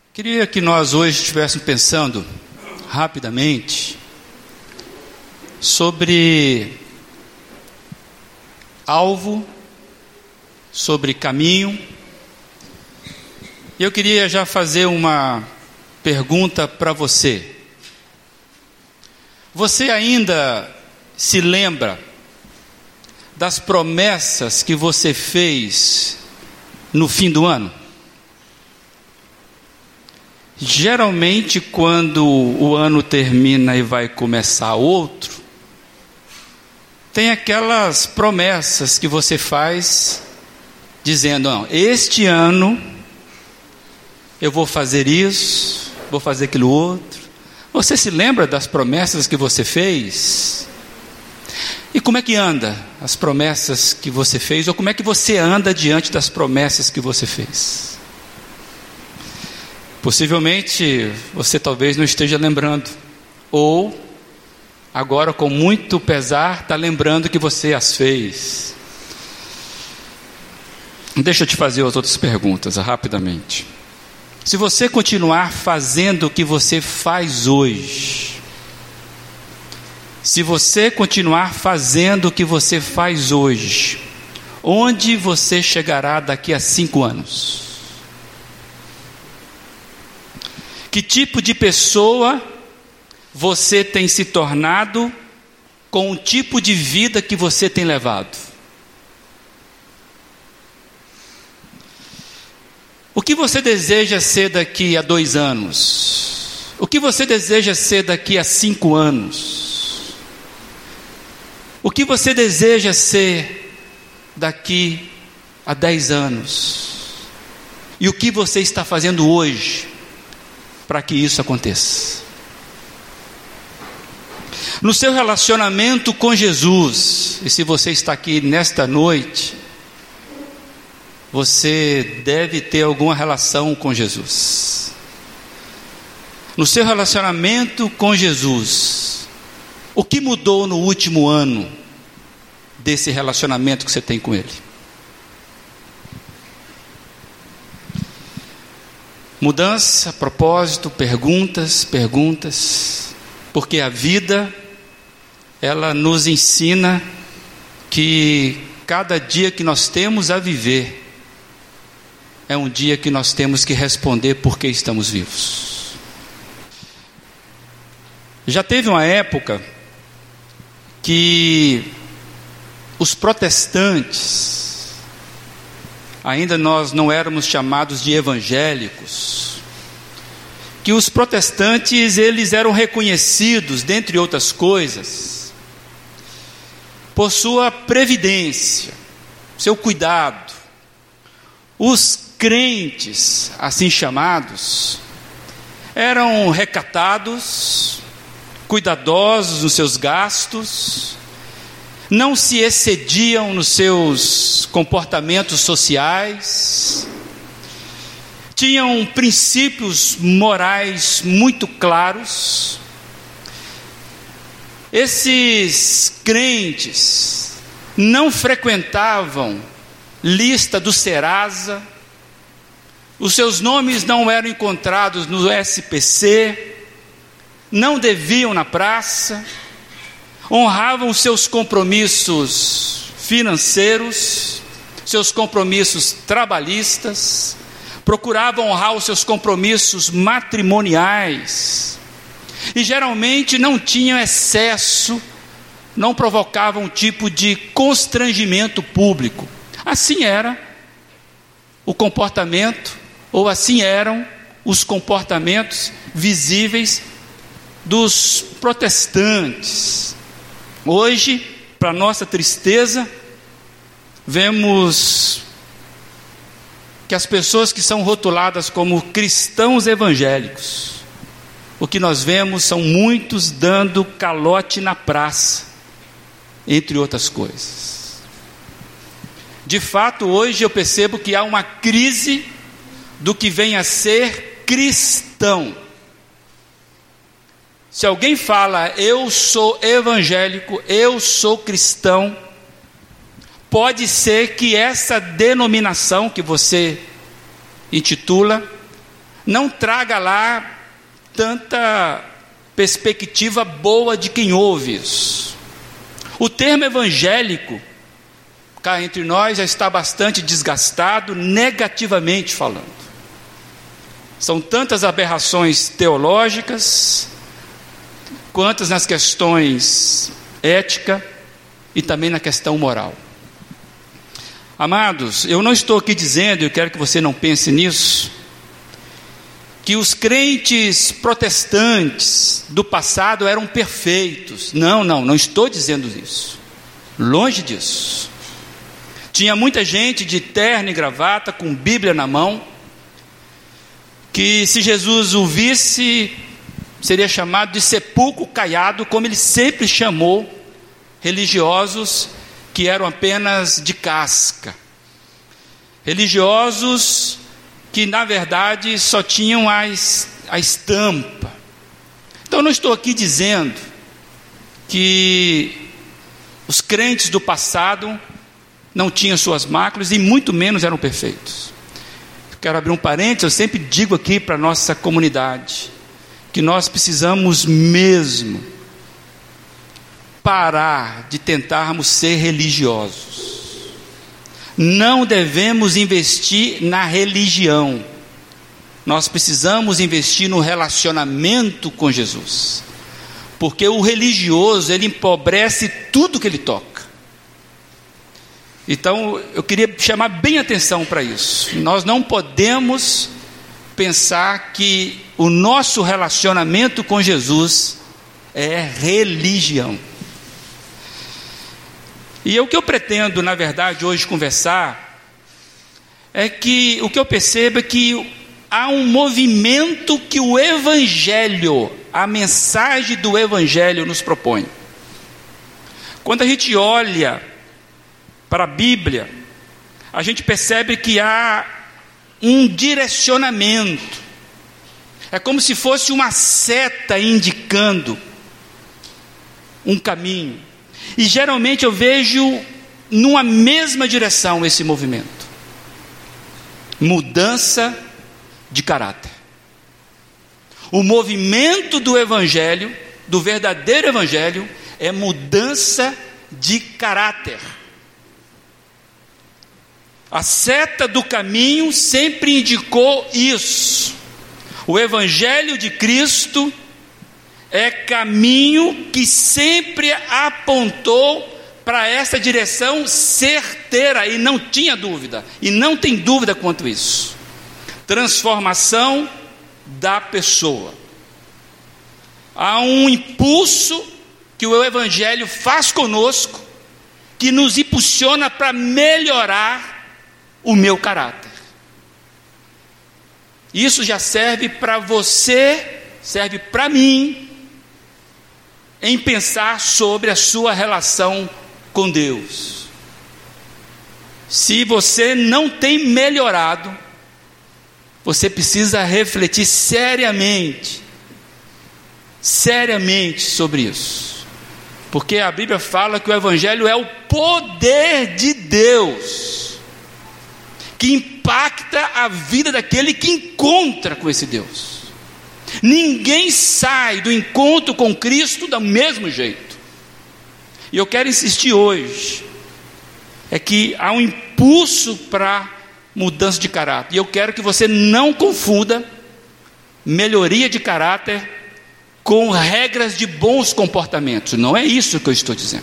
Queria que nós hoje estivéssemos pensando rapidamente sobre alvo, sobre caminho. Eu queria já fazer uma pergunta para você. Você ainda se lembra das promessas que você fez no fim do ano? Geralmente, quando o ano termina e vai começar outro, tem aquelas promessas que você faz dizendo: não, este ano eu vou fazer isso, vou fazer aquilo outro. Você se lembra das promessas que você fez? E como é que anda as promessas que você fez? Ou como é que você anda diante das promessas que você fez? Possivelmente você talvez não esteja lembrando, ou agora com muito pesar está lembrando que você as fez. Deixa eu te fazer as outras perguntas rapidamente. Se você continuar fazendo o que você faz hoje, se você continuar fazendo o que você faz hoje, onde você chegará daqui a 5 anos? Que tipo de pessoa você tem se tornado com o tipo de vida que você tem levado? O que você deseja ser daqui a 2 anos? O que você deseja ser daqui a 5 anos? O que você deseja ser daqui a 10 anos? E o que você está fazendo hoje para que isso aconteça? No seu relacionamento com Jesus, e se você está aqui nesta noite, você deve ter alguma relação com Jesus. No seu relacionamento com Jesus, o que mudou no último ano desse relacionamento que você tem com Ele? Mudança, propósito, perguntas, porque a vida, ela nos ensina que cada dia que nós temos a viver é um dia que nós temos que responder por que estamos vivos. Já teve uma época que os protestantes, ainda nós não éramos chamados de evangélicos, que os protestantes, eles eram reconhecidos, dentre outras coisas, por sua previdência, seu cuidado. Os crentes, assim chamados, eram recatados, cuidadosos nos seus gastos, não se excediam nos seus comportamentos sociais, tinham princípios morais muito claros. Esses crentes não frequentavam lista do Serasa, os seus nomes não eram encontrados no SPC, não deviam na praça, honravam seus compromissos financeiros, seus compromissos trabalhistas, procuravam honrar os seus compromissos matrimoniais, e geralmente não tinham excesso, não provocavam um tipo de constrangimento público. Assim era o comportamento, ou assim eram os comportamentos visíveis dos protestantes. Hoje, para nossa tristeza, vemos que as pessoas que são rotuladas como cristãos evangélicos, o que nós vemos são muitos dando calote na praça, entre outras coisas. De fato, hoje eu percebo que há uma crise do que vem a ser cristão. Se alguém fala, eu sou evangélico, eu sou cristão, pode ser que essa denominação que você intitula não traga lá tanta perspectiva boa de quem ouve isso. O termo evangélico, cá entre nós, já está bastante desgastado, negativamente falando. São tantas aberrações teológicas, quantas nas questões ética e também na questão moral. Amados, eu não estou aqui dizendo, eu quero que você não pense nisso, que os crentes protestantes do passado eram perfeitos. Não estou dizendo isso. Longe disso. Tinha muita gente de terno e gravata, com Bíblia na mão, que se Jesus o visse, seria chamado de sepulcro caiado, como ele sempre chamou religiosos que eram apenas de casca. Religiosos que na verdade só tinham a estampa. Então não estou aqui dizendo que os crentes do passado não tinham suas máculas e muito menos eram perfeitos. Quero abrir um parênteses, eu sempre digo aqui para a nossa comunidade, que nós precisamos mesmo parar de tentarmos ser religiosos. Não devemos investir na religião. Nós precisamos investir no relacionamento com Jesus. Porque o religioso, ele empobrece tudo que ele toca. Então, eu queria chamar bem atenção para isso. Nós não podemos pensar que o nosso relacionamento com Jesus é religião. E o que eu pretendo, na verdade, hoje conversar, é que o que eu percebo é que há um movimento que o Evangelho, a mensagem do Evangelho nos propõe. Quando a gente olha para a Bíblia, a gente percebe que há um direcionamento. É como se fosse uma seta indicando um caminho. E geralmente eu vejo numa mesma direção esse movimento. Mudança de caráter. O movimento do Evangelho, do verdadeiro Evangelho, é mudança de caráter. A seta do caminho sempre indicou isso. O Evangelho de Cristo é caminho que sempre apontou para essa direção certeira, e não tinha dúvida, e não tem dúvida quanto isso. Transformação da pessoa. Há um impulso que o Evangelho faz conosco, que nos impulsiona para melhorar o meu caráter. Isso já serve para você, serve para mim, em pensar sobre a sua relação com Deus. Se você não tem melhorado, você precisa refletir seriamente sobre isso. Porque a Bíblia fala que o Evangelho é o poder de Deus, que impacta a vida daquele que encontra com esse Deus. Ninguém sai do encontro com Cristo do mesmo jeito. E eu quero insistir hoje, é que há um impulso para mudança de caráter. E eu quero que você não confunda melhoria de caráter com regras de bons comportamentos. Não é isso que eu estou dizendo.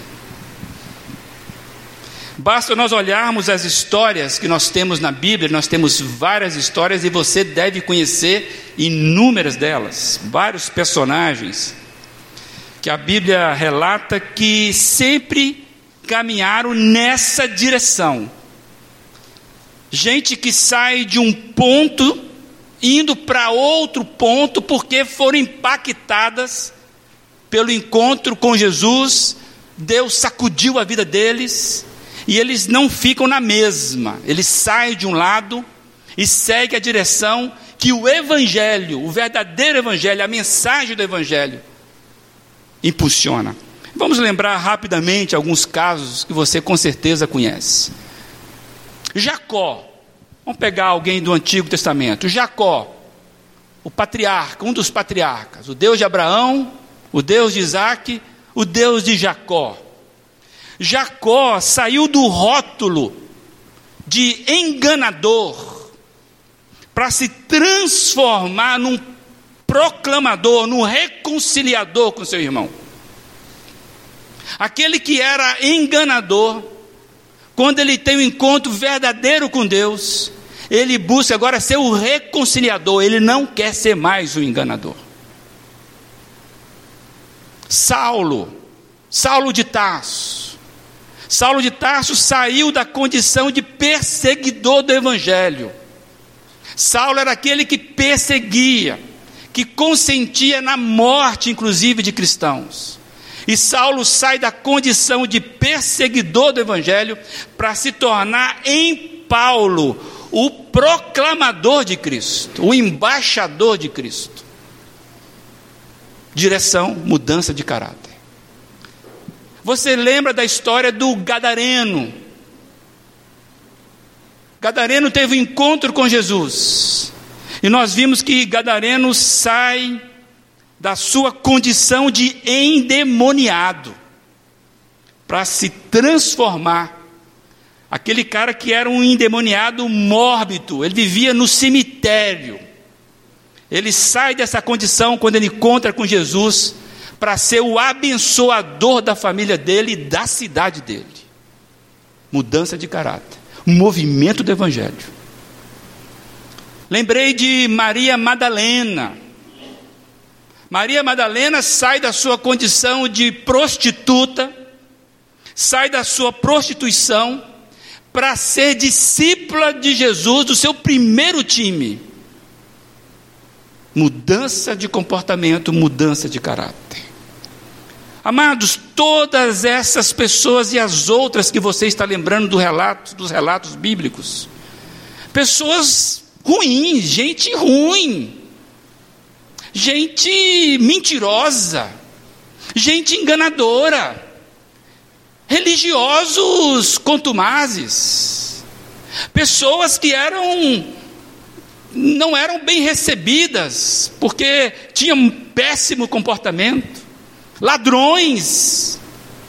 Basta nós olharmos as histórias que nós temos na Bíblia. Nós temos várias histórias e você deve conhecer inúmeras delas. Vários personagens que a Bíblia relata que sempre caminharam nessa direção. Gente que sai de um ponto indo para outro ponto porque foram impactadas pelo encontro com Jesus. Deus sacudiu a vida deles e eles não ficam na mesma. Eles saem de um lado e seguem a direção que o Evangelho, o verdadeiro Evangelho, a mensagem do Evangelho impulsiona. Vamos lembrar rapidamente alguns casos que você com certeza conhece. Jacó, vamos pegar alguém do Antigo Testamento. Jacó, o patriarca, um dos patriarcas, o Deus de Abraão, o Deus de Isaac, o Deus de Jacó. Jacó saiu do rótulo de enganador para se transformar num proclamador, num reconciliador com seu irmão. Aquele que era enganador, quando ele tem um encontro verdadeiro com Deus, ele busca agora ser o reconciliador, ele não quer ser mais o enganador. Saulo de Tarso saiu da condição de perseguidor do evangelho. Saulo era aquele que perseguia, que consentia na morte, inclusive, de cristãos. E Saulo sai da condição de perseguidor do evangelho para se tornar em Paulo o proclamador de Cristo, o embaixador de Cristo. Direção, mudança de caráter. Você lembra da história do Gadareno? Gadareno teve um encontro com Jesus. E nós vimos que Gadareno sai da sua condição de endemoniado para se transformar. Aquele cara que era um endemoniado mórbido, ele vivia no cemitério. Ele sai dessa condição quando ele encontra com Jesus para ser o abençoador da família dele e da cidade dele. Mudança de caráter, movimento do evangelho. Lembrei de Maria Madalena. Maria Madalena sai da sua condição de prostituta, sai da sua prostituição para ser discípula de Jesus, do seu primeiro time. Mudança de comportamento, mudança de caráter. Amados, todas essas pessoas e as outras que você está lembrando dos relatos bíblicos, pessoas ruins, gente ruim, gente mentirosa, gente enganadora, religiosos contumazes, pessoas que não eram bem recebidas, porque tinham um péssimo comportamento, ladrões,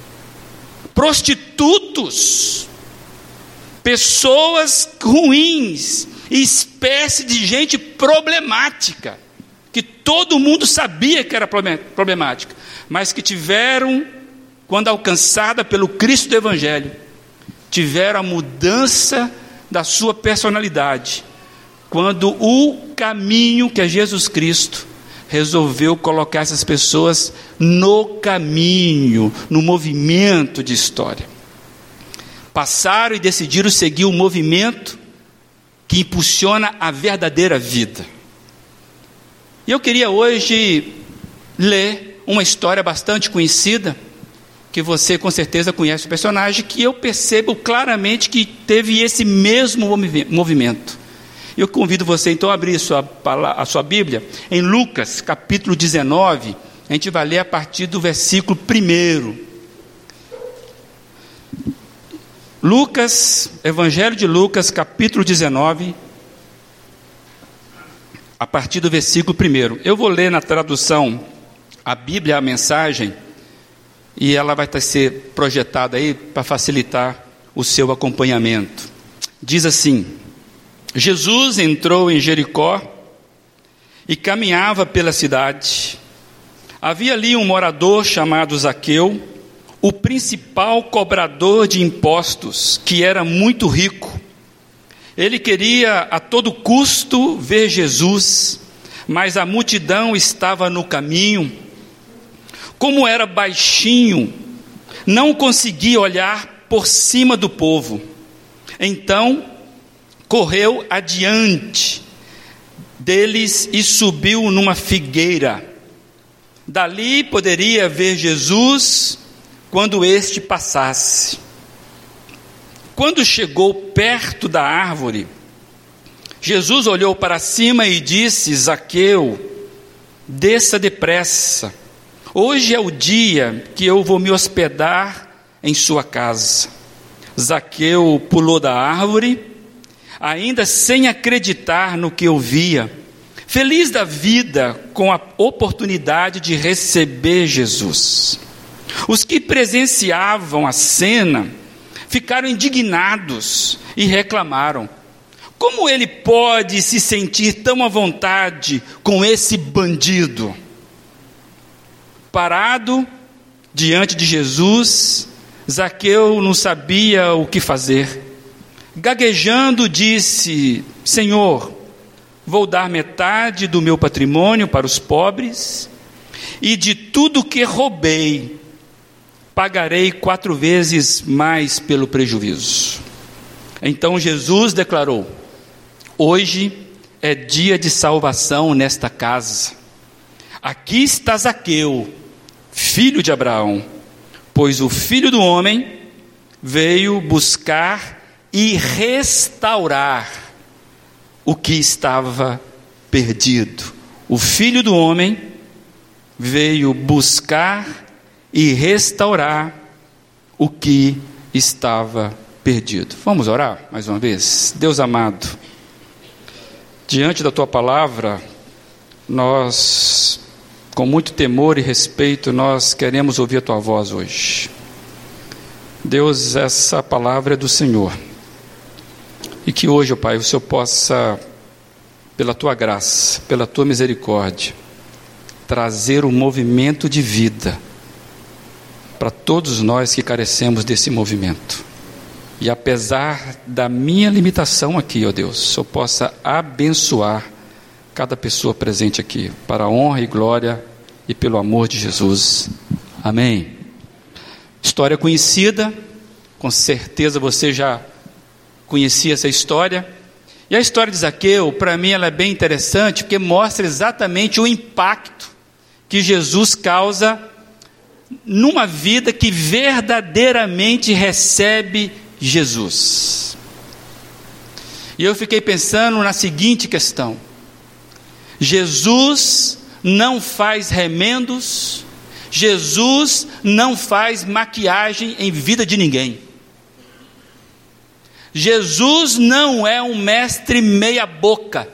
prostitutos, pessoas ruins, espécie de gente problemática, que todo mundo sabia que era problemática, mas que tiveram, quando alcançada pelo Cristo do Evangelho, tiveram a mudança da sua personalidade, quando o caminho, que é Jesus Cristo, resolveu colocar essas pessoas no caminho, no movimento de história. Passaram e decidiram seguir o movimento que impulsiona a verdadeira vida. E eu queria hoje ler uma história bastante conhecida, que você com certeza conhece o personagem, que eu percebo claramente que teve esse mesmo movimento. Eu convido você então a abrir a sua Bíblia em Lucas capítulo 19, a gente vai ler a partir do versículo 1. Lucas, Evangelho de Lucas, capítulo 19, a partir do versículo 1. Eu vou ler na tradução a Bíblia, a mensagem, e ela vai ser projetada aí para facilitar o seu acompanhamento. Diz assim: Jesus entrou em Jericó e caminhava pela cidade. Havia ali um morador chamado Zaqueu, o principal cobrador de impostos, que era muito rico. Ele queria a todo custo ver Jesus, mas a multidão estava no caminho. Como era baixinho, não conseguia olhar por cima do povo. Então correu adiante deles e subiu numa figueira. Dali poderia ver Jesus quando este passasse. Quando chegou perto da árvore, Jesus olhou para cima e disse: Zaqueu, desça depressa. Hoje é o dia que eu vou me hospedar em sua casa. Zaqueu pulou da árvore, ainda sem acreditar no que ouvia. feliz da vida com a oportunidade de receber Jesus. Os que presenciavam a cena ficaram indignados e reclamaram: como ele pode se sentir tão à vontade com esse bandido? Parado diante de Jesus, Zaqueu não sabia o que fazer. Gaguejando, disse: Senhor, vou dar metade do meu patrimônio para os pobres, e de tudo que roubei, pagarei 4 vezes mais pelo prejuízo. Então Jesus declarou: hoje é dia de salvação nesta casa. Aqui está Zaqueu, filho de Abraão, pois o Filho do Homem veio buscar e restaurar o que estava perdido. O Filho do Homem veio buscar e restaurar o que estava perdido. Vamos orar mais uma vez? Deus amado, diante da Tua palavra, nós, com muito temor e respeito, nós queremos ouvir a Tua voz hoje. Deus, essa palavra é do Senhor. E que hoje, ó Pai, o Senhor possa, pela Tua graça, pela Tua misericórdia, trazer um movimento de vida para todos nós que carecemos desse movimento. E apesar da minha limitação aqui, ó Deus, o Senhor possa abençoar cada pessoa presente aqui, para a honra e glória e pelo amor de Jesus. Amém. História conhecida, com certeza você já conhecia essa história. E a história de Zaqueu, para mim, ela é bem interessante, porque mostra exatamente o impacto que Jesus causa numa vida que verdadeiramente recebe Jesus. E eu fiquei pensando na seguinte questão: Jesus não faz remendos, Jesus não faz maquiagem em vida de ninguém. Jesus não é um mestre meia boca.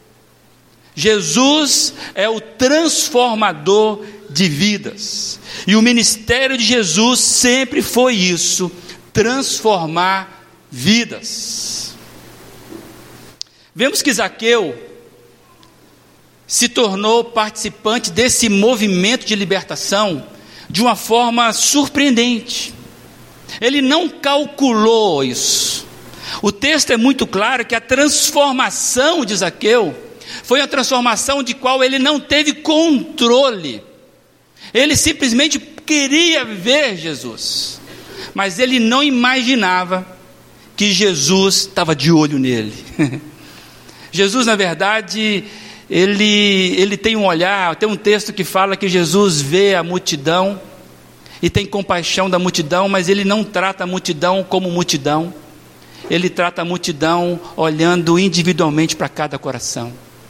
Jesus é o transformador de vidas. E o ministério de Jesus sempre foi isso: transformar vidas. Vemos que Zaqueu se tornou participante desse movimento de libertação de uma forma surpreendente. Ele não calculou isso. O texto é muito claro que a transformação de Zaqueu foi uma transformação de qual ele não teve controle. Ele simplesmente queria ver Jesus, mas ele não imaginava que Jesus estava de olho nele. Jesus, na verdade, ele tem um olhar, tem um texto que fala que Jesus vê a multidão e tem compaixão da multidão, mas ele não trata a multidão como multidão. Ele trata a multidão olhando individualmente para cada coração.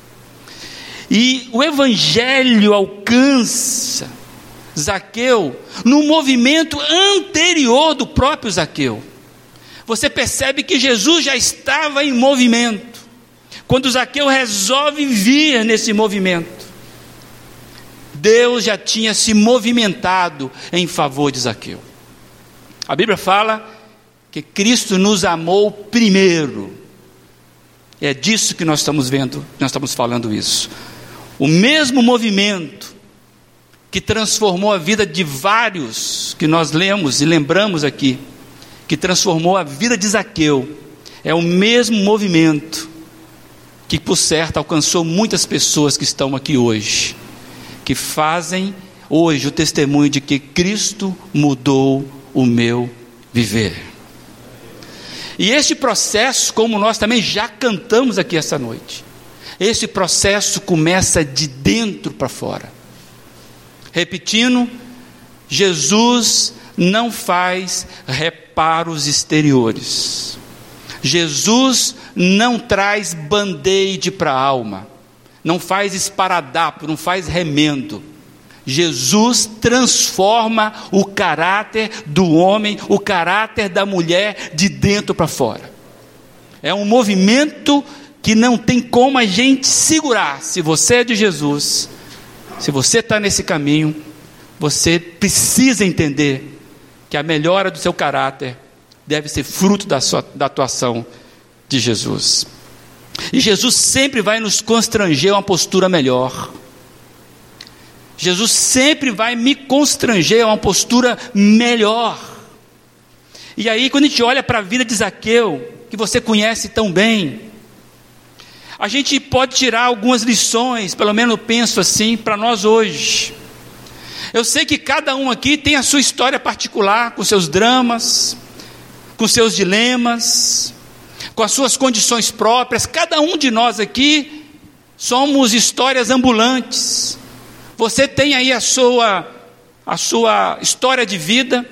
E o evangelho alcança Zaqueu no movimento anterior do próprio Zaqueu. Você percebe que Jesus já estava em movimento quando Zaqueu resolve vir nesse movimento. Deus já tinha se movimentado em favor de Zaqueu. A Bíblia fala que Cristo nos amou primeiro. É disso que nós estamos vendo, nós estamos falando isso. O mesmo movimento que transformou a vida de vários que nós lemos e lembramos aqui, que transformou a vida de Zaqueu, é o mesmo movimento que, por certo, alcançou muitas pessoas que estão aqui hoje, que fazem hoje o testemunho de que Cristo mudou o meu viver. E este processo, como nós também já cantamos aqui essa noite, esse processo começa de dentro para fora. Repetindo, Jesus não faz reparos exteriores. Jesus não traz band-aid para a alma, não faz esparadrapo, não faz remendo. Jesus transforma o caráter do homem, o caráter da mulher de dentro para fora. É um movimento que não tem como a gente segurar. Se você é de Jesus, se você está nesse caminho, você precisa entender que a melhora do seu caráter deve ser fruto da atuação de Jesus. E Jesus sempre vai nos constranger a uma postura melhor. Jesus sempre vai me constranger a uma postura melhor. E aí, quando a gente olha para a vida de Zaqueu, que você conhece tão bem, a gente pode tirar algumas lições, pelo menos eu penso assim, para nós hoje. Eu sei que cada um aqui tem a sua história particular, com seus dramas, com seus dilemas, com as suas condições próprias. Cada um de nós aqui somos histórias ambulantes. Você tem aí a sua história de vida,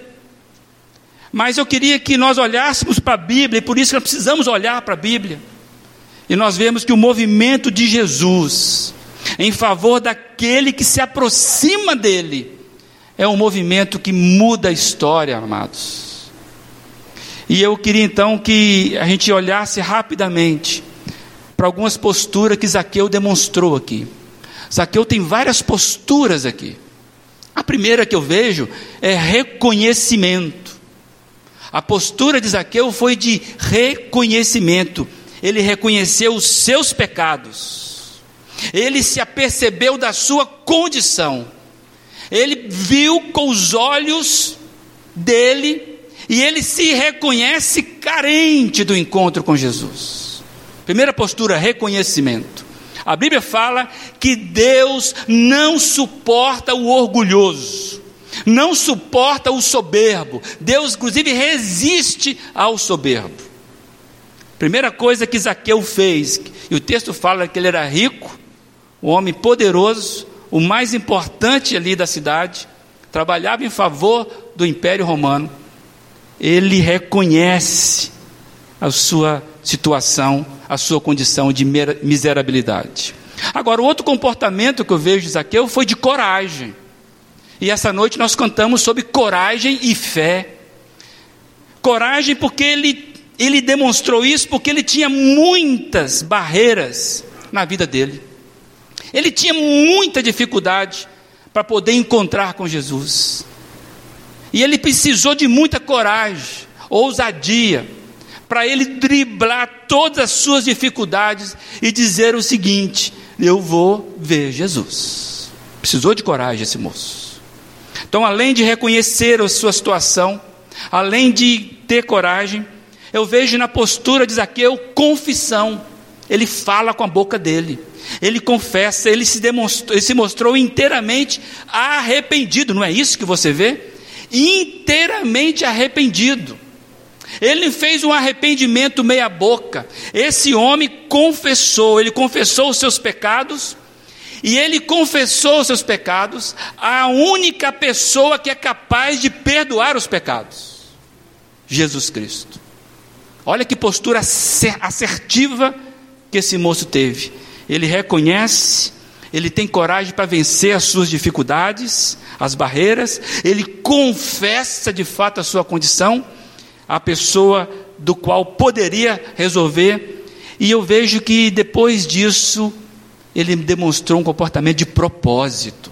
mas eu queria que nós olhássemos para a Bíblia, e por isso que nós precisamos olhar para a Bíblia, e nós vemos que o movimento de Jesus, em favor daquele que se aproxima dele, é um movimento que muda a história, amados. E eu queria então que a gente olhasse rapidamente para algumas posturas que Zaqueu demonstrou aqui. Zaqueu tem várias posturas aqui. A primeira que eu vejo é reconhecimento. A postura de Zaqueu foi de reconhecimento. Ele reconheceu os seus pecados. Ele se apercebeu da sua condição. Ele viu com os olhos dele e ele se reconhece carente do encontro com Jesus. Primeira postura, reconhecimento. A Bíblia fala que Deus não suporta o orgulhoso, não suporta o soberbo. Deus, inclusive, resiste ao soberbo. Primeira coisa que Zaqueu fez, e o texto fala que ele era rico, um homem poderoso, o mais importante ali da cidade, trabalhava em favor do Império Romano. Ele reconhece a sua situação, a sua condição de miserabilidade. Agora, o outro comportamento que eu vejo de Zaqueu foi de coragem. E essa noite nós cantamos sobre coragem e fé. Coragem porque ele demonstrou isso, porque ele tinha muitas barreiras na vida dele. Ele tinha muita dificuldade para poder encontrar com Jesus. E ele precisou de muita coragem, ousadia, para ele driblar todas as suas dificuldades e dizer o seguinte: eu vou ver Jesus. Precisou de coragem esse moço. Então, além de reconhecer a sua situação, além de ter coragem, eu vejo na postura de Zaqueu confissão. Ele fala com a boca dele, ele confessa, ele se mostrou inteiramente arrependido. Não é isso que você vê? Inteiramente arrependido. Ele fez um arrependimento meia boca. Esse homem confessou, ele confessou os seus pecados, e ele confessou os seus pecados à única pessoa que é capaz de perdoar os pecados: Jesus Cristo. Olha que postura assertiva que esse moço teve. Ele reconhece, ele tem coragem para vencer as suas dificuldades, as barreiras, ele confessa de fato a sua condição, a pessoa do qual poderia resolver. E eu vejo que depois disso ele demonstrou um comportamento de propósito.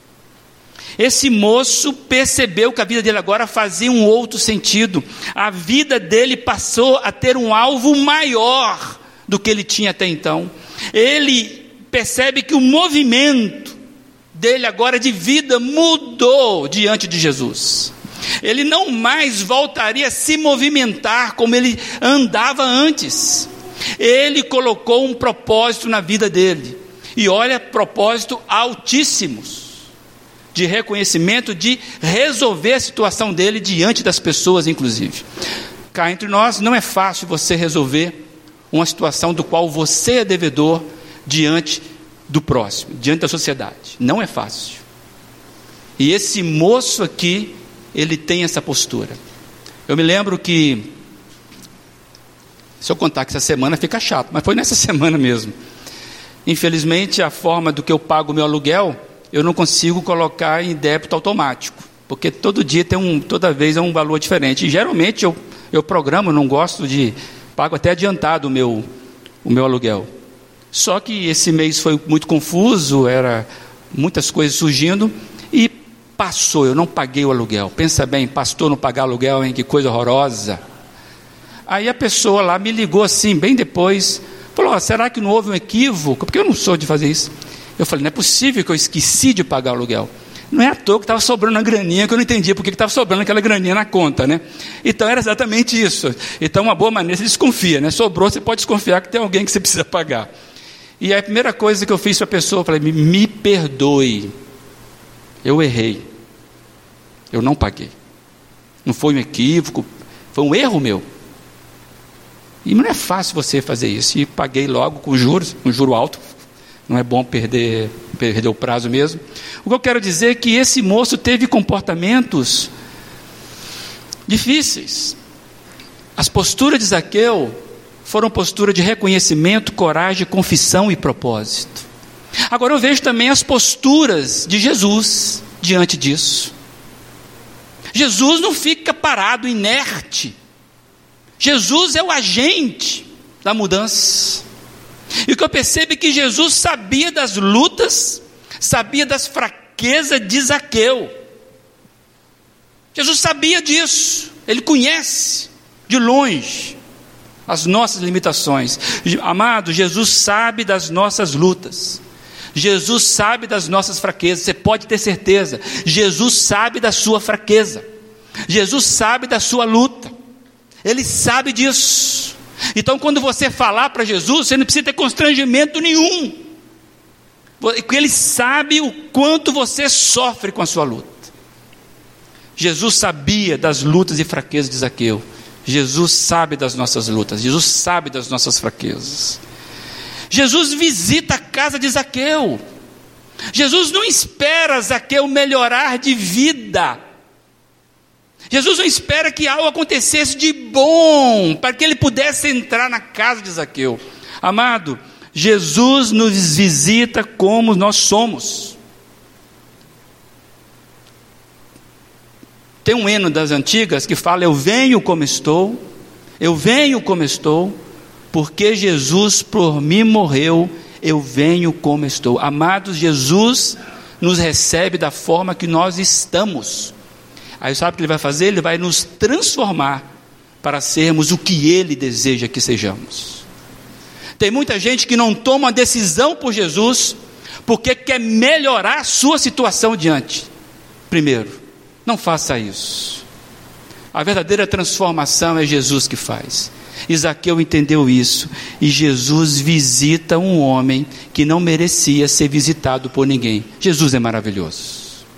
Esse moço percebeu que a vida dele agora fazia um outro sentido. A vida dele passou a ter um alvo maior do que ele tinha até então. Ele percebe que o movimento dele agora de vida mudou diante de Jesus. Ele não mais voltaria a se movimentar como ele andava antes. Ele colocou um propósito na vida dele. E olha, propósito altíssimos, de reconhecimento, de resolver a situação dele diante das pessoas, inclusive. Cá entre nós, não é fácil você resolver uma situação do qual você é devedor diante do próximo, diante da sociedade. Não é fácil. E esse moço aqui, ele tem essa postura. Eu me lembro que, se eu contar que essa semana fica chato, mas foi nessa semana mesmo. Infelizmente, a forma do que eu pago o meu aluguel, eu não consigo colocar em débito automático, porque todo dia toda vez é um valor diferente. E geralmente eu programo, não gosto de, pago até adiantado o meu aluguel. Só que esse mês foi muito confuso, era muitas coisas surgindo, e passou, eu não paguei o aluguel. Pensa bem, pastor não pagar aluguel, hein? Que coisa horrorosa. Aí a pessoa lá me ligou assim, bem depois, falou, será que não houve um equívoco? Porque eu não sou de fazer isso. Eu falei, não é possível que eu esqueci de pagar o aluguel. Não é à toa que estava sobrando a graninha, que eu não entendia porque estava sobrando aquela graninha na conta, né? Então era exatamente isso. Então uma boa maneira, você desconfia, né? Sobrou, você pode desconfiar que tem alguém que você precisa pagar. E a primeira coisa que eu fiz para a pessoa, eu falei, me perdoe, eu errei, eu não paguei. Não foi um equívoco, foi um erro meu. E não é fácil você fazer isso. E paguei logo com juros, um juro alto. Não é bom perder o prazo mesmo. O que eu quero dizer é que esse moço teve comportamentos difíceis. As posturas de Zaqueu foram posturas de reconhecimento, coragem, confissão e propósito. Agora eu vejo também as posturas de Jesus diante disso. Jesus não fica parado, inerte. Jesus é o agente da mudança. E o que eu percebo é que Jesus sabia das lutas, sabia das fraquezas de Zaqueu. Jesus sabia disso, ele conhece de longe as nossas limitações. Amado, Jesus sabe das nossas lutas, Jesus sabe das nossas fraquezas, você pode ter certeza. Jesus sabe da sua fraqueza, Jesus sabe da sua luta, ele sabe disso. Então quando você falar para Jesus, você não precisa ter constrangimento nenhum, porque ele sabe o quanto você sofre com a sua luta. Jesus sabia das lutas e fraquezas de Zaqueu. Jesus sabe das nossas lutas, Jesus sabe das nossas fraquezas. Jesus visita a casa de Zaqueu. Jesus não espera Zaqueu melhorar de vida. Jesus não espera que algo acontecesse de bom para que ele pudesse entrar na casa de Zaqueu. Amado, Jesus nos visita como nós somos. Tem um hino das antigas que fala, eu venho como estou, porque Jesus por mim morreu, eu venho como estou. Amados, Jesus nos recebe da forma que nós estamos. Aí sabe o que ele vai fazer? Ele vai nos transformar para sermos o que ele deseja que sejamos. Tem muita gente que não toma uma decisão por Jesus, porque quer melhorar a sua situação diante. Primeiro, não faça isso. A verdadeira transformação é Jesus que faz. Zaqueu entendeu isso, e Jesus visita um homem que não merecia ser visitado por ninguém. Jesus é maravilhoso.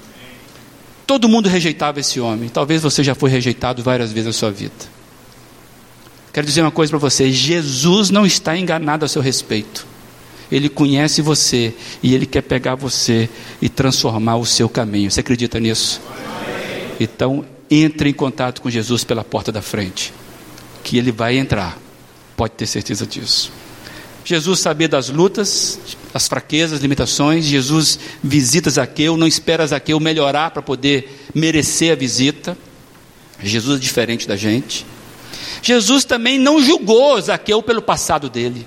Todo mundo rejeitava esse homem. Talvez você já foi rejeitado várias vezes na sua vida. Quero dizer uma coisa para você, Jesus não está enganado a seu respeito. Ele conhece você, e Ele quer pegar você e transformar o seu caminho. Você acredita nisso? Então, entre em contato com Jesus pela porta da frente, que Ele vai entrar, pode ter certeza disso. Jesus sabia das lutas, das fraquezas, limitações. Jesus visita Zaqueu, não espera Zaqueu melhorar para poder merecer a visita. Jesus é diferente da gente. Jesus também não julgou Zaqueu pelo passado dele.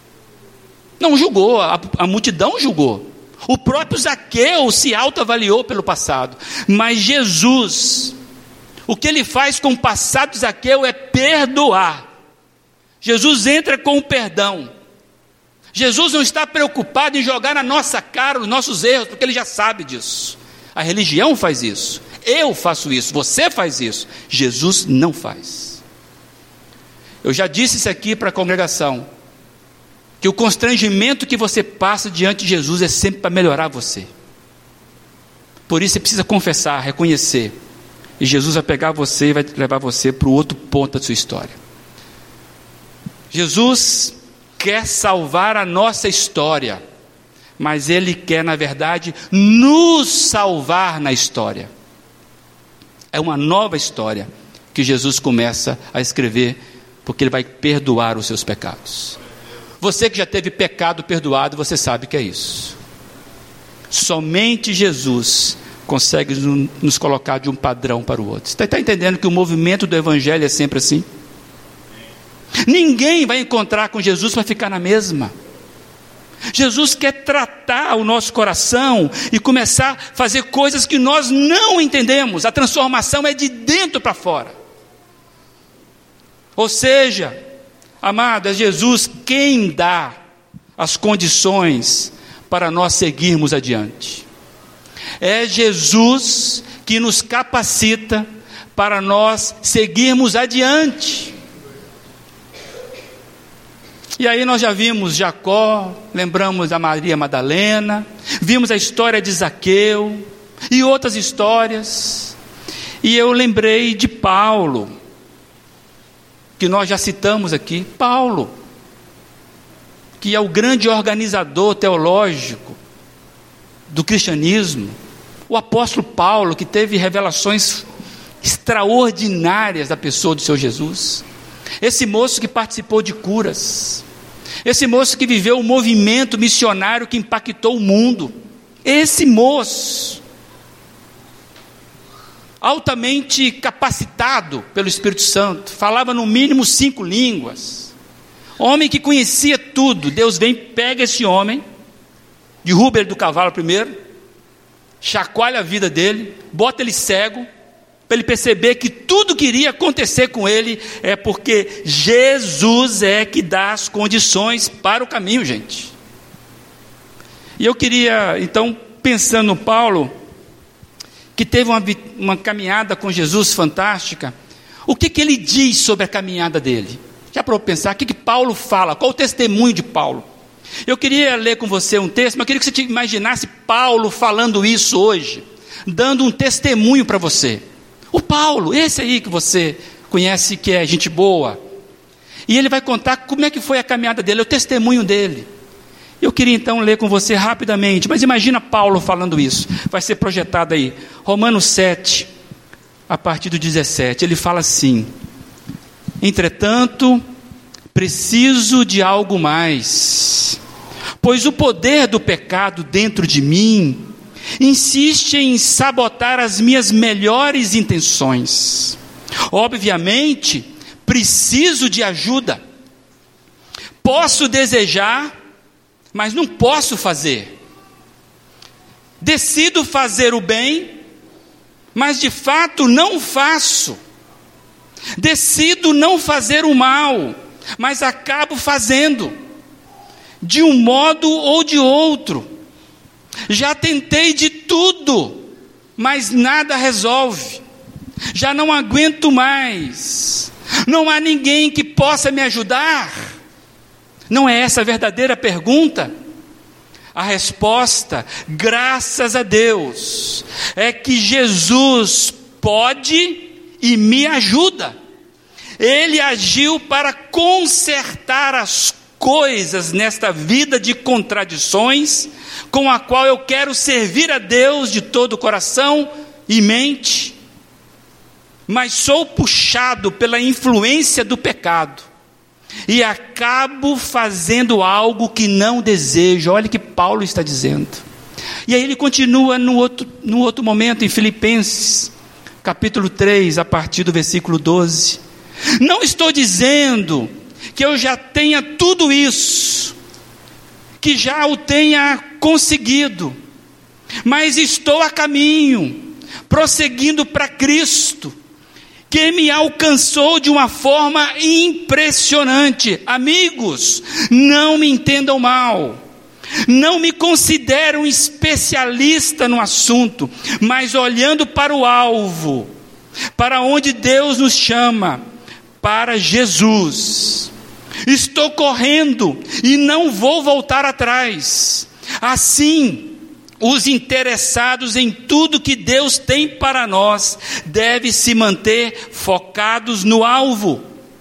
Não julgou, a multidão julgou. O próprio Zaqueu se autoavaliou pelo passado. Mas Jesus, o que ele faz com o passado de Zaqueu é perdoar. Jesus entra com o perdão. Jesus não está preocupado em jogar na nossa cara os nossos erros, porque Ele já sabe disso. A religião faz isso, eu faço isso, você faz isso. Jesus não faz. Eu já disse isso aqui para a congregação, que o constrangimento que você passa diante de Jesus é sempre para melhorar você. Por isso você precisa confessar, reconhecer, e Jesus vai pegar você e vai levar você para o outro ponto da sua história. Jesus quer salvar a nossa história, mas Ele quer, na verdade, nos salvar na história. É uma nova história que Jesus começa a escrever, porque Ele vai perdoar os seus pecados. Você que já teve pecado perdoado, você sabe que é isso. Somente Jesus consegue nos colocar de um padrão para o outro. Você está entendendo que o movimento do Evangelho é sempre assim? Ninguém vai encontrar com Jesus para ficar na mesma. Jesus quer tratar o nosso coração e começar a fazer coisas que nós não entendemos. A transformação é de dentro para fora. Ou seja, amado, é Jesus quem dá as condições para nós seguirmos adiante. É Jesus que nos capacita para nós seguirmos adiante. E aí nós já vimos Jacó, lembramos da Maria Madalena, vimos a história de Zaqueu e outras histórias. E eu lembrei de Paulo, que nós já citamos aqui. Paulo, que é o grande organizador teológico do cristianismo. O apóstolo Paulo, que teve revelações extraordinárias da pessoa do Senhor Jesus. Esse moço que participou de curas. Esse moço que viveu um movimento missionário que impactou o mundo. Esse moço, altamente capacitado pelo Espírito Santo, falava no mínimo 5 línguas. Homem que conhecia tudo. Deus vem, pega esse homem, derruba ele do cavalo primeiro, chacoalha a vida dele, bota ele cego, para ele perceber que tudo que iria acontecer com ele é porque Jesus é que dá as condições para o caminho, gente. E eu queria, então, pensando no Paulo, que teve uma caminhada com Jesus fantástica, o que ele diz sobre a caminhada dele? Já para eu pensar, o que Paulo fala? Qual o testemunho de Paulo? Eu queria ler com você um texto, mas eu queria que você imaginasse Paulo falando isso hoje, dando um testemunho para você. O Paulo, esse aí que você conhece, que é gente boa. E ele vai contar como é que foi a caminhada dele, o testemunho dele. Eu queria então ler com você rapidamente, mas imagina Paulo falando isso. Vai ser projetado aí, Romanos 7, a partir do 17. Ele fala assim: entretanto, preciso de algo mais, pois o poder do pecado dentro de mim insiste em sabotar as minhas melhores intenções. Obviamente, preciso de ajuda. Posso desejar, mas não posso fazer. Decido fazer o bem, mas de fato não faço. Decido não fazer o mal, mas acabo fazendo, de um modo ou de outro. Já tentei de tudo, mas nada resolve. Já não aguento mais. Não há ninguém que possa me ajudar. Não é essa a verdadeira pergunta? A resposta, graças a Deus, é que Jesus pode e me ajuda. Ele agiu para consertar as coisas nesta vida de contradições, com a qual eu quero servir a Deus de todo o coração e mente, mas sou puxado pela influência do pecado, e acabo fazendo algo que não desejo. Olha o que Paulo está dizendo. E aí ele continua no outro momento, em Filipenses, capítulo 3, a partir do versículo 12. Não estou dizendo que eu já tenha tudo isso, que já o tenha conseguido, mas estou a caminho, prosseguindo para Cristo, que me alcançou de uma forma impressionante. Amigos, não me entendam mal, não me considero um especialista no assunto, mas olhando para o alvo, para onde Deus nos chama, para Jesus. Estou correndo e não vou voltar atrás. Assim, os interessados em tudo que Deus tem para nós devem se manter focados no alvo.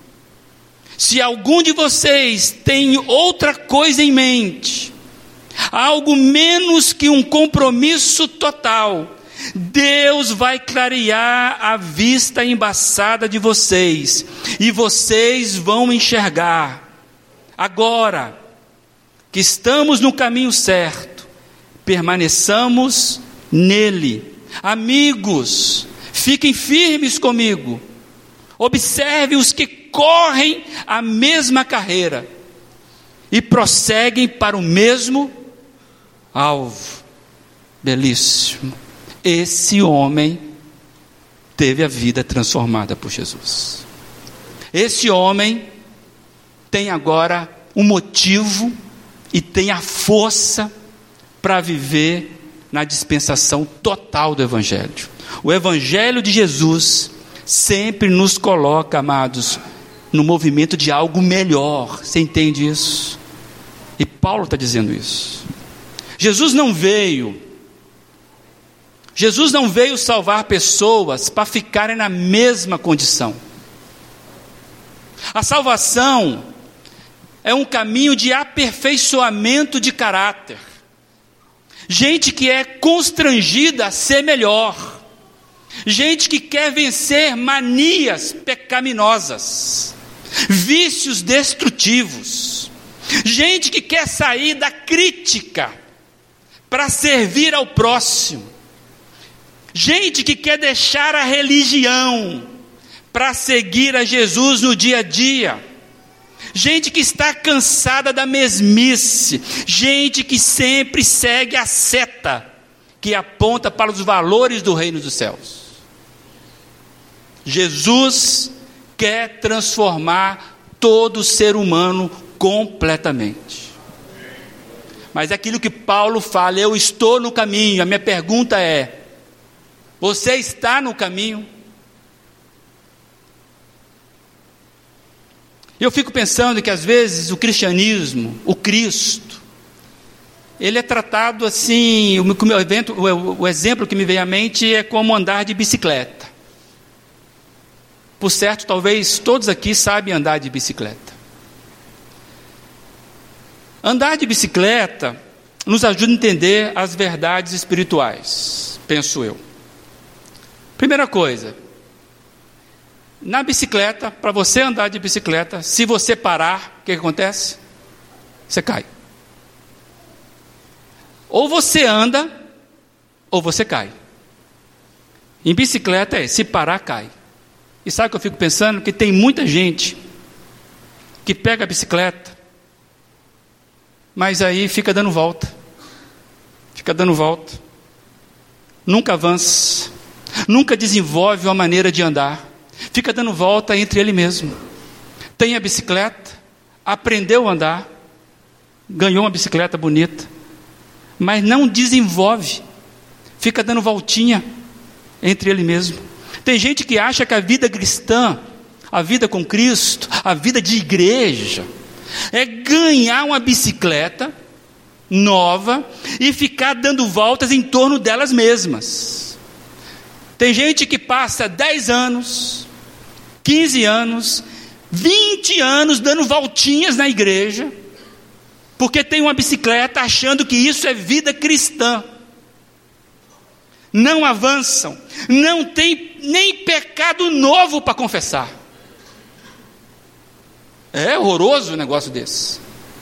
Se algum de vocês tem outra coisa em mente, algo menos que um compromisso total, Deus vai clarear a vista embaçada de vocês, e vocês vão enxergar. Agora que estamos no caminho certo, permaneçamos nele. Amigos, fiquem firmes comigo. Observe os que correm a mesma carreira e prosseguem para o mesmo alvo. Belíssimo. Esse homem teve a vida transformada por Jesus. Esse homem tem agora um motivo e tem a força para viver na dispensação total do Evangelho. O Evangelho de Jesus sempre nos coloca, amados, no movimento de algo melhor. Você entende isso? E Paulo está dizendo isso. Jesus não veio salvar pessoas para ficarem na mesma condição. A salvação é um caminho de aperfeiçoamento de caráter. Gente que é constrangida a ser melhor. Gente que quer vencer manias pecaminosas, vícios destrutivos. Gente que quer sair da crítica para servir ao próximo. Gente que quer deixar a religião para seguir a Jesus no dia a dia. Gente que está cansada da mesmice. Gente que sempre segue a seta que aponta para os valores do reino dos céus. Jesus quer transformar todo ser humano completamente. Mas é aquilo que Paulo fala: eu estou no caminho. A minha pergunta é: você está no caminho? Eu fico pensando que às vezes o cristianismo, o Cristo, ele é tratado assim, o exemplo que me veio à mente é como andar de bicicleta. Por certo, talvez todos aqui sabem andar de bicicleta. Andar de bicicleta nos ajuda a entender as verdades espirituais, penso eu. Primeira coisa, na bicicleta, para você andar de bicicleta, se você parar, o que acontece? Você cai. Ou você anda, ou você cai. Em bicicleta se parar, cai. E sabe o que eu fico pensando? Que tem muita gente que pega a bicicleta, mas aí fica dando volta. Nunca avança, nunca desenvolve uma maneira de andar. Fica dando volta entre ele mesmo. Tem a bicicleta, aprendeu a andar, ganhou uma bicicleta bonita, mas não desenvolve. Fica dando voltinha entre ele mesmo. Tem gente que acha que a vida cristã, a vida com Cristo, a vida de igreja, é ganhar uma bicicleta nova e ficar dando voltas em torno delas mesmas. Tem gente que passa 10 anos, 15 anos, 20 anos dando voltinhas na igreja, porque tem uma bicicleta, achando que isso é vida cristã. Não avançam, não tem nem pecado novo para confessar. É horroroso um negócio desse.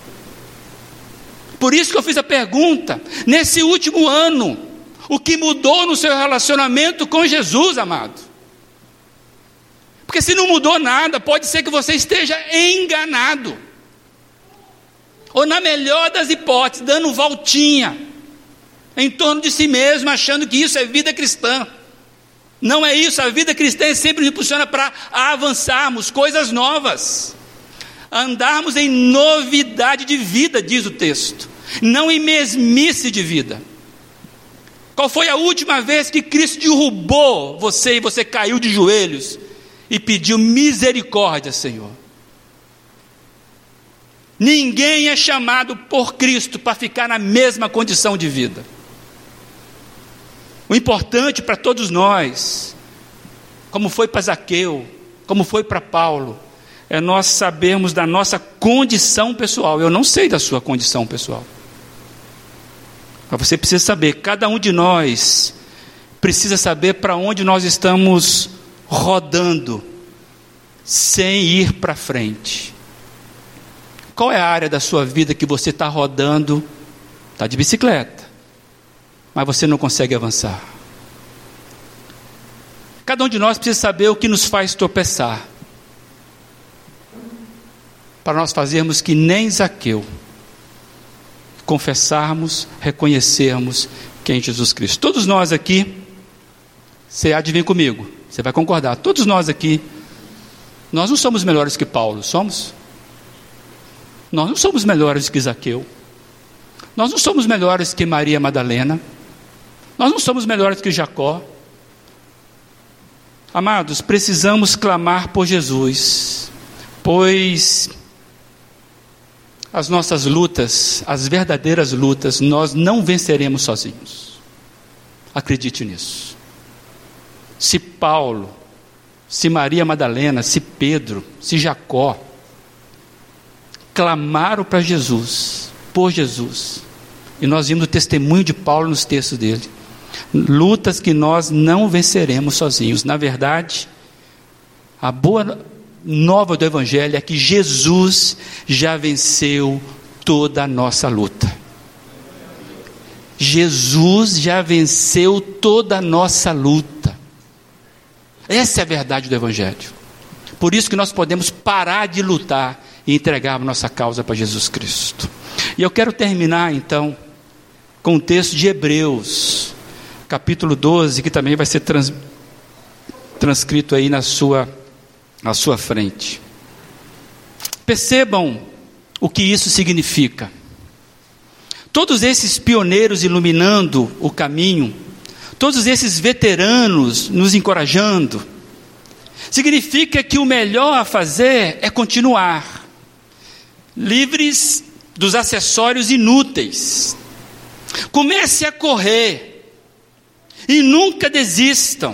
Por isso que eu fiz a pergunta: nesse último ano, o que mudou no seu relacionamento com Jesus, amado? Porque se não mudou nada, pode ser que você esteja enganado. Ou na melhor das hipóteses, dando voltinha em torno de si mesmo, achando que isso é vida cristã. Não é isso. A vida cristã sempre nos impulsiona para avançarmos, coisas novas, andarmos em novidade de vida, diz o texto, não em mesmice de vida. Qual foi a última vez que Cristo derrubou você e você caiu de joelhos e pediu misericórdia, Senhor? Ninguém é chamado por Cristo para ficar na mesma condição de vida. O importante para todos nós, como foi para Zaqueu, como foi para Paulo, é nós sabermos da nossa condição pessoal. Eu não sei da sua condição pessoal, mas você precisa saber. Cada um de nós precisa saber para onde nós estamos rodando, sem ir para frente. Qual é a área da sua vida que você está rodando? Está de bicicleta, mas você não consegue avançar. Cada um de nós precisa saber o que nos faz tropeçar. para nós fazermos que nem Zaqueu, confessarmos, reconhecermos quem é Jesus Cristo. Todos nós aqui, você há de vir comigo, você vai concordar, todos nós aqui, nós não somos melhores que Paulo, somos? Nós não somos melhores que Zaqueu, nós não somos melhores que Maria Madalena, nós não somos melhores que Jacó. Amados, precisamos clamar por Jesus, pois as nossas lutas, as verdadeiras lutas, nós não venceremos sozinhos. Acredite nisso. Se Paulo, se Maria Madalena, se Pedro, se Jacó clamaram para Jesus, por Jesus, e nós vimos o testemunho de Paulo nos textos dele, lutas que nós não venceremos sozinhos. Na verdade, a boa nova do Evangelho é que Jesus já venceu toda a nossa luta. Jesus já venceu toda a nossa luta. Essa é a verdade do Evangelho. Por isso que nós podemos parar de lutar e entregar a nossa causa para Jesus Cristo. E eu quero terminar então com o texto de Hebreus, capítulo 12, que também vai ser transcrito aí na sua frente. Percebam o que isso significa. Todos esses pioneiros iluminando o caminho, todos esses veteranos nos encorajando, significa que o melhor a fazer é continuar, livres dos acessórios inúteis. Comece a correr e nunca desistam.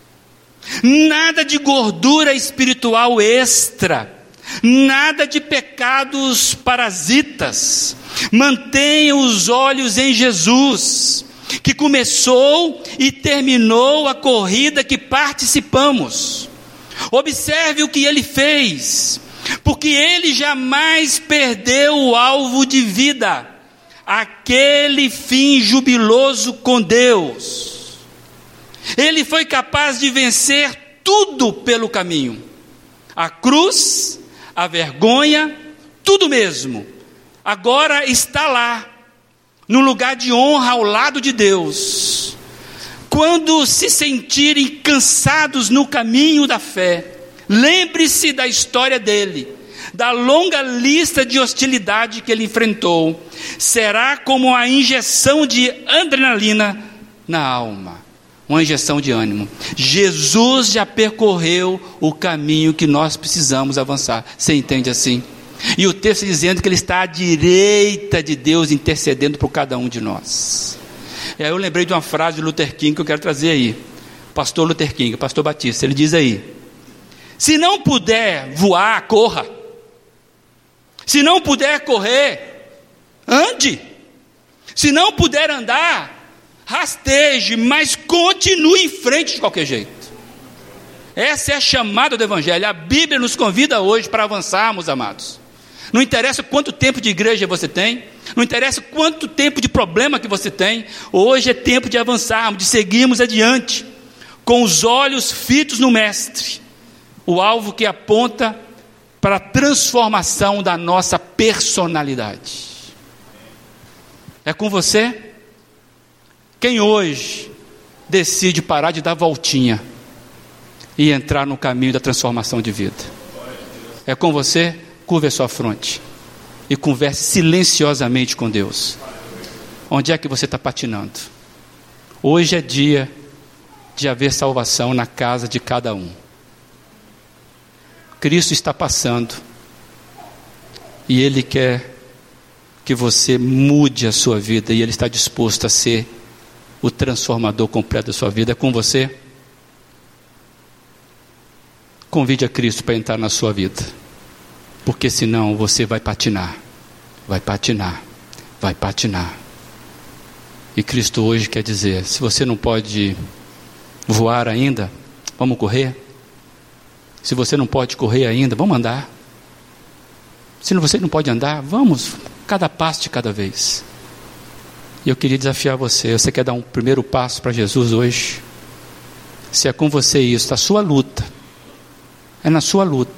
Nada de gordura espiritual extra, nada de pecados parasitas. Mantenha os olhos em Jesus, que começou e terminou a corrida que participamos. Observe o que ele fez, porque ele jamais perdeu o alvo de vida, aquele fim jubiloso com Deus. Ele foi capaz de vencer tudo pelo caminho, a cruz, a vergonha, tudo mesmo. Agora está lá, no lugar de honra ao lado de Deus. Quando se sentirem cansados no caminho da fé, lembre-se da história dele, da longa lista de hostilidade que ele enfrentou. Será como a injeção de adrenalina na alma, uma injeção de ânimo. Jesus já percorreu o caminho que nós precisamos avançar. Você entende assim? E o texto dizendo que ele está à direita de Deus, intercedendo por cada um de nós. E aí eu lembrei de uma frase de Luther King que eu quero trazer aí. Pastor Luther King, pastor Batista, ele diz aí: se não puder voar, corra. Se não puder correr, ande. Se não puder andar, rasteje, mas continue em frente de qualquer jeito. Essa é a chamada do Evangelho. A Bíblia nos convida hoje para avançarmos, amados. Não interessa quanto tempo de igreja você tem, não interessa quanto tempo de problema que você tem, hoje é tempo de avançarmos, de seguirmos adiante, com os olhos fitos no Mestre, o alvo que aponta para a transformação da nossa personalidade. É com você? Quem hoje decide parar de dar voltinha e entrar no caminho da transformação de vida? É com você? Curve a sua fronte e converse silenciosamente com Deus. Onde é que você está patinando? Hoje é dia de haver salvação na casa de cada um. Cristo está passando e Ele quer que você mude a sua vida, e Ele está disposto a ser o transformador completo da sua vida. É com você? Convide a Cristo para entrar na sua vida, porque senão você vai patinar, vai patinar, vai patinar. E Cristo hoje quer dizer: se você não pode voar ainda, vamos correr. Se você não pode correr ainda, vamos andar. Se você não pode andar, vamos, cada passo de cada vez. E eu queria desafiar você: você quer dar um primeiro passo para Jesus hoje? Se é com você isso, a sua luta, é na sua luta,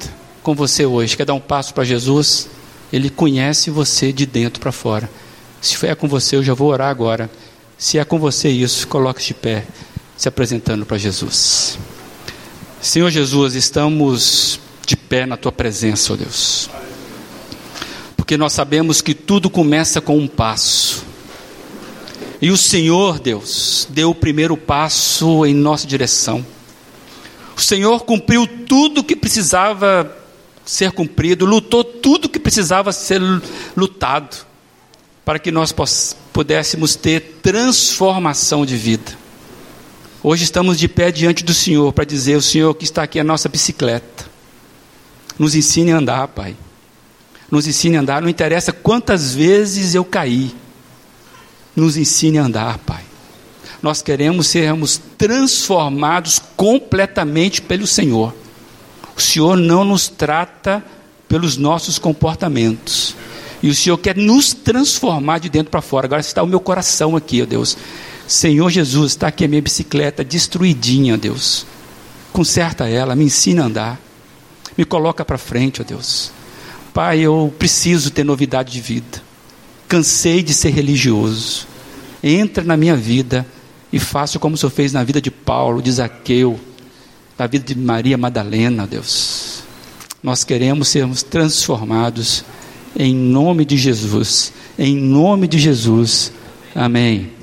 com você hoje, quer dar um passo para Jesus, Ele conhece você de dentro para fora. Se é com você, eu já vou orar agora. Se é com você isso, coloque-se de pé, se apresentando para Jesus. Senhor Jesus, estamos de pé na Tua presença, ó Deus. Porque nós sabemos que tudo começa com um passo. E o Senhor, Deus, deu o primeiro passo em nossa direção. O Senhor cumpriu tudo que precisava ser cumprido, lutou tudo que precisava ser lutado, para que nós pudéssemos ter transformação de vida. Hoje estamos de pé diante do Senhor, para dizer: o Senhor que está aqui é a nossa bicicleta. Nos ensine a andar, Pai. Nos ensine a andar, não interessa quantas vezes eu caí. Nos ensine a andar, Pai. Nós queremos sermos transformados completamente pelo Senhor. O Senhor não nos trata pelos nossos comportamentos. E o Senhor quer nos transformar de dentro para fora. Agora está o meu coração aqui, ó Deus. Senhor Jesus, está aqui a minha bicicleta destruidinha, ó Deus. Conserta ela, me ensina a andar. Me coloca para frente, ó Deus. Pai, eu preciso ter novidade de vida. Cansei de ser religioso. Entra na minha vida e faça como o Senhor fez na vida de Paulo, de Zaqueu, na vida de Maria Madalena, Deus. Nós queremos sermos transformados em nome de Jesus. Em nome de Jesus. Amém.